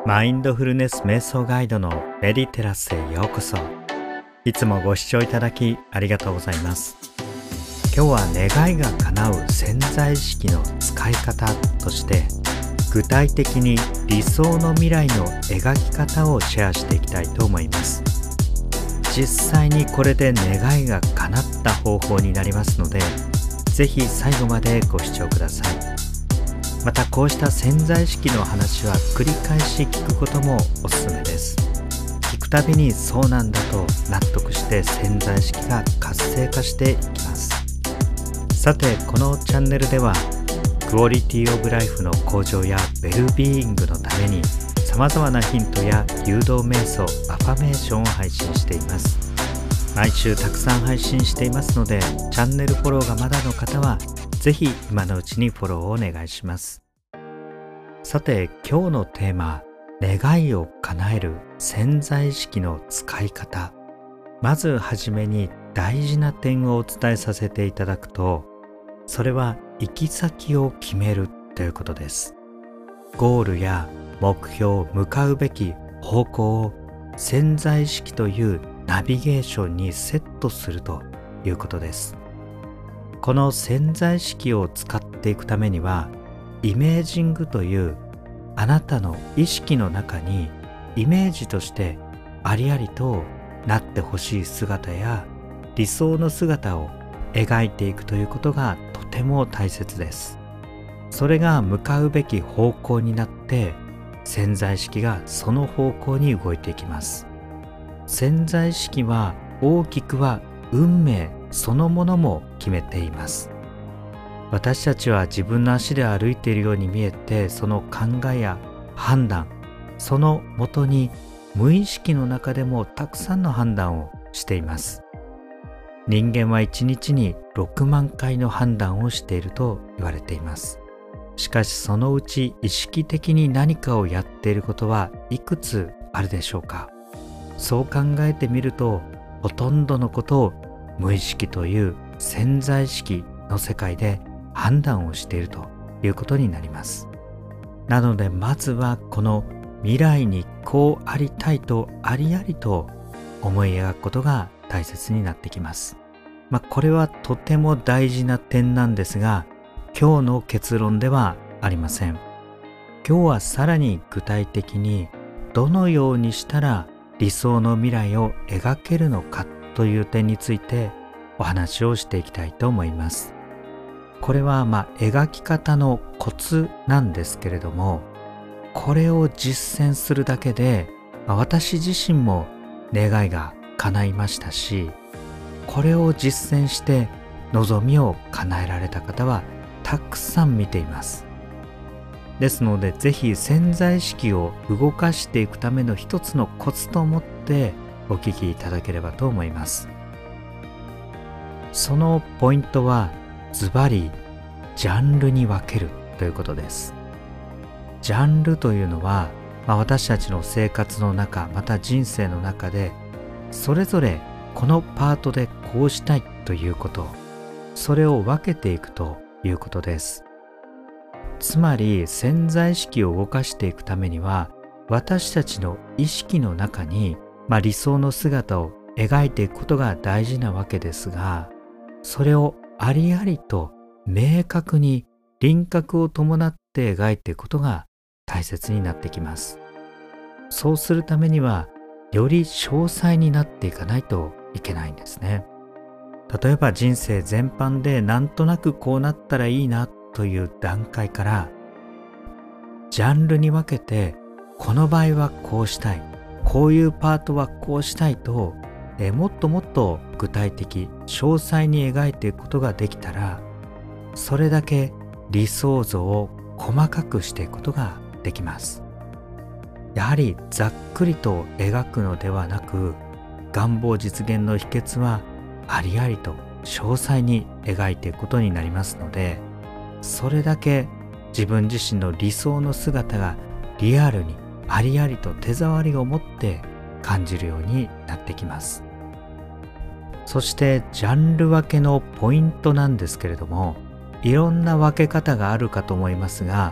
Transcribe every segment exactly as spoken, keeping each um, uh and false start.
マインドフルネス瞑想ガイドのメディテラスへようこそ。いつもご視聴いただきありがとうございます。今日は願いが叶う潜在意識の使い方として、具体的に理想の未来の描き方をシェアしていきたいと思います。実際にこれで願いが叶った方法になりますので、ぜひ最後までご視聴ください。またこうした潜在意識の話は繰り返し聞くこともおすすめです。聞くたびにそうなんだと納得して潜在意識が活性化していきます。さて、このチャンネルではクオリティオブライフの向上やウェルビーイングのためにさまざまなヒントや誘導瞑想、アファメーションを配信しています。毎週たくさん配信していますので、チャンネルフォローがまだの方はぜひ今のうちにフォローをお願いします。さて、今日のテーマ、願いを叶える潜在意識の使い方。まずはじめに大事な点をお伝えさせていただくと、それは行き先を決めるということです。ゴールや目標、向かうべき方向を潜在意識というナビゲーションにセットするということです。この潜在意識を使っていくためには、イメージングというあなたの意識の中にイメージとしてありありとなってほしい姿や理想の姿を描いていくということがとても大切です。それが向かうべき方向になって、潜在意識がその方向に動いていきます。潜在意識は大きくは運命そのものも決めています。私たちは自分の足で歩いているように見えて、その考えや判断、そのもとに無意識の中でもたくさんの判断をしています。人間はいちにちにろくまんかいの判断をしていると言われています。しかしそのうち意識的に何かをやっていることはいくつあるでしょうか。そう考えてみると、ほとんどのことを無意識という潜在意識の世界で判断をしているということになります。なのでまずはこの未来にこうありたいとありありと思い描くことが大切になってきます。まあこれはとても大事な点なんですが、今日の結論ではありません。今日はさらに具体的にどのようにしたら理想の未来を描けるのかという点についてお話をしていきたいと思います。これはまあ描き方のコツなんですけれども、これを実践するだけで、まあ、私自身も願いが叶いましたし、これを実践して望みを叶えられた方はたくさん見ています。ですので、ぜひ潜在意識を動かしていくための一つのコツと思ってお聞きいただければと思います。そのポイントはズバリジャンルに分けるということです。ジャンルというのは、まあ、私たちの生活の中、また人生の中でそれぞれこのパートでこうしたいということ、それを分けていくということです。つまり潜在意識を動かしていくためには、私たちの意識の中に、まあ、理想の姿を描いていくことが大事なわけですが、それをありありと明確に輪郭を伴って描いていくことが大切になってきます。そうするためにはより詳細になっていかないといけないんですね。例えば人生全般でなんとなくこうなったらいいなという段階から、ジャンルに分けて、この場合はこうしたい、こういうパートはこうしたいと、えもっともっと具体的、詳細に描いていくことができたら、それだけ理想像を細かくしていくことができます。やはりざっくりと描くのではなく、願望実現の秘訣はありありと詳細に描いていくことになりますので、それだけ自分自身の理想の姿がリアルにありありと手触りを持って感じるようになってきます。そしてジャンル分けのポイントなんですけれども、いろんな分け方があるかと思いますが、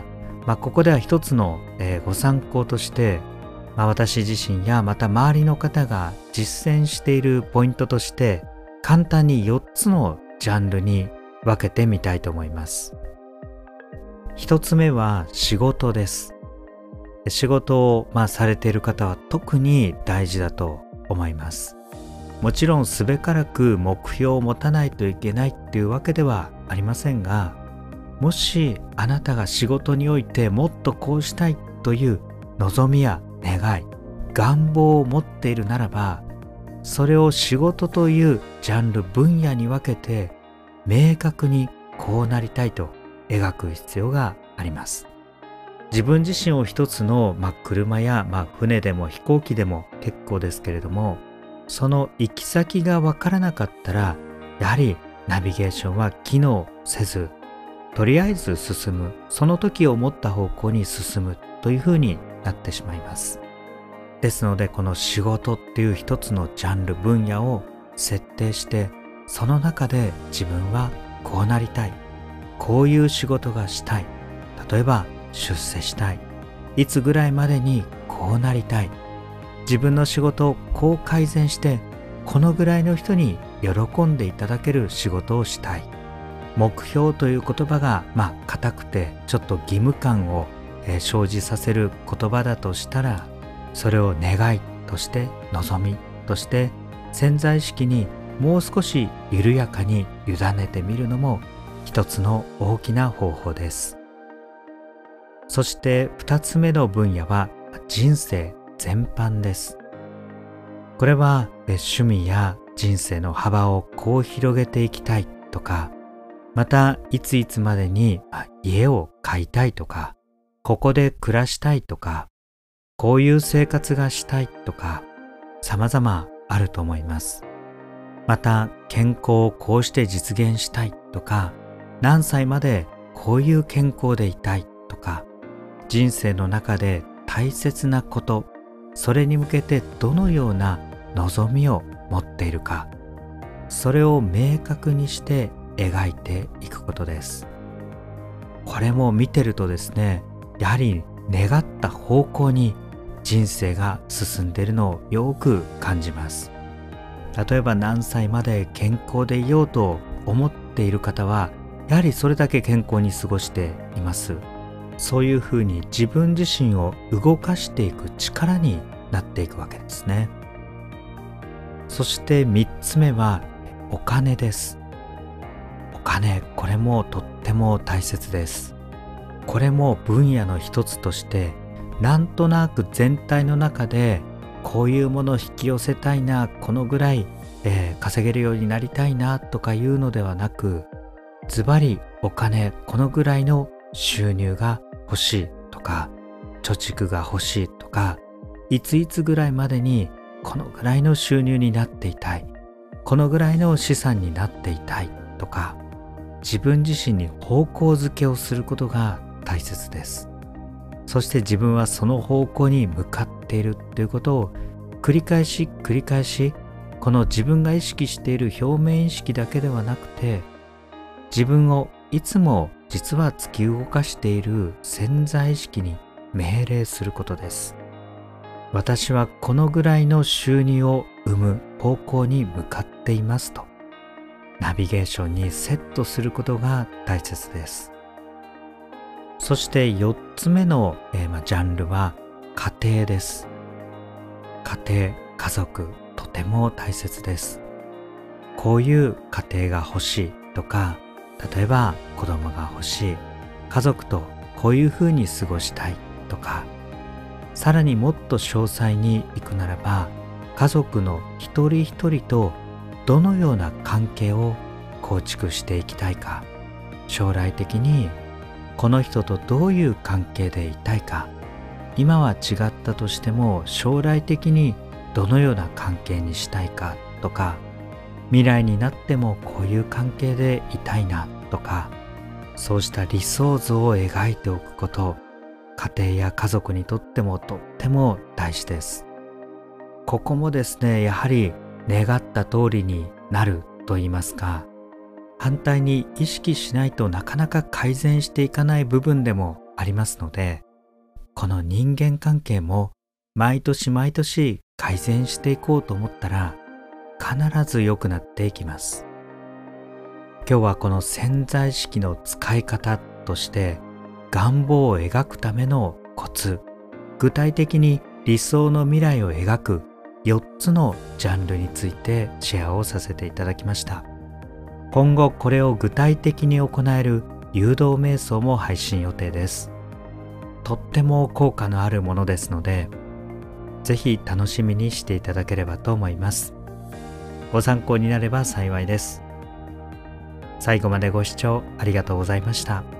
まあ、ここでは一つの、えーご参考として、まあ、私自身やまた周りの方が実践しているポイントとして簡単によっつのジャンルに分けてみたいと思います。一つ目は仕事です。仕事を、まあ、されている方は特に大事だと思います。もちろんすべからく目標を持たないといけないっていうわけではありませんが、もしあなたが仕事においてもっとこうしたいという望みや願い、願望を持っているならば、それを仕事というジャンル分野に分けて明確にこうなりたいと描く必要があります。自分自身を一つの、まあ、車や、まあ、船でも飛行機でも結構ですけれども、その行き先が分からなかったらやはりナビゲーションは機能せず、とりあえず進む、その時を思った方向に進むというふうになってしまいます。ですのでこの仕事っていう一つのジャンル分野を設定して、その中で自分はこうなりたい、こういう仕事がしたい、例えば出世したい、いつぐらいまでにこうなりたい、自分の仕事をこう改善してこのぐらいの人に喜んでいただける仕事をしたい。目標という言葉がまあ硬くてちょっと義務感を、えー生じさせる言葉だとしたら、それを願いとして望みとして潜在意識にもう少し緩やかに委ねてみるのも一つの大きな方法です。そして二つ目の分野は人生全般です。これはえ趣味や人生の幅をこう広げていきたいとか、またいついつまでにあ家を買いたいとか、ここで暮らしたいとか、こういう生活がしたいとか、様々あると思います。また健康をこうして実現したいとか、何歳までこういう健康でいたいとか、人生の中で大切なこと、それに向けてどのような望みを持っているか、それを明確にして描いていくことです。これも見てるとですね、やはり願った方向に人生が進んでいるのをよく感じます。例えば何歳まで健康でいようと思っている方は、やはりそれだけ健康に過ごしています。そういうふうに自分自身を動かしていく力になっていくわけですね。そして三つ目はお金です。お金、これもとっても大切です。これも分野の一つとして、なんとなく全体の中でこういうものを引き寄せたいな、このぐらい、えー稼げるようになりたいなとかいうのではなく、ズバリお金、このぐらいの収入が欲しいとか、貯蓄が欲しいとか、いついつぐらいまでにこのぐらいの収入になっていたい、このぐらいの資産になっていたいとか、自分自身に方向づけをすることが大切です。そして自分はその方向に向かっているということを繰り返し繰り返し、この自分が意識している表面意識だけではなくて、自分をいつも実は突き動かしている潜在意識に命令することです。私はこのぐらいの収入を生む方向に向かっていますと、ナビゲーションにセットすることが大切です。そしてよっつめの、えーまあジャンルは家庭です。家庭、家族、とても大切です。こういう家庭が欲しいとか、例えば子供が欲しい、家族とこういうふうに過ごしたいとか、さらにもっと詳細に行くならば、家族の一人一人とどのような関係を構築していきたいか、将来的にこの人とどういう関係でいたいか、今は違ったとしても将来的にどのような関係にしたいかとか、未来になってもこういう関係でいたいなとか、そうした理想像を描いておくこと、家庭や家族にとってもとっても大事です。ここもですね、やはり願った通りになると言いますか、反対に意識しないとなかなか改善していかない部分でもありますので、この人間関係も毎年毎年改善していこうと思ったら必ず良くなっていきます。今日はこの潜在意識の使い方として願望を描くためのコツ、具体的に理想の未来を描くよっつのジャンルについてシェアをさせていただきました。今後これを具体的に行える誘導瞑想も配信予定です。とっても効果のあるものですので、ぜひ楽しみにしていただければと思います。ご参考になれば幸いです。最後までご視聴ありがとうございました。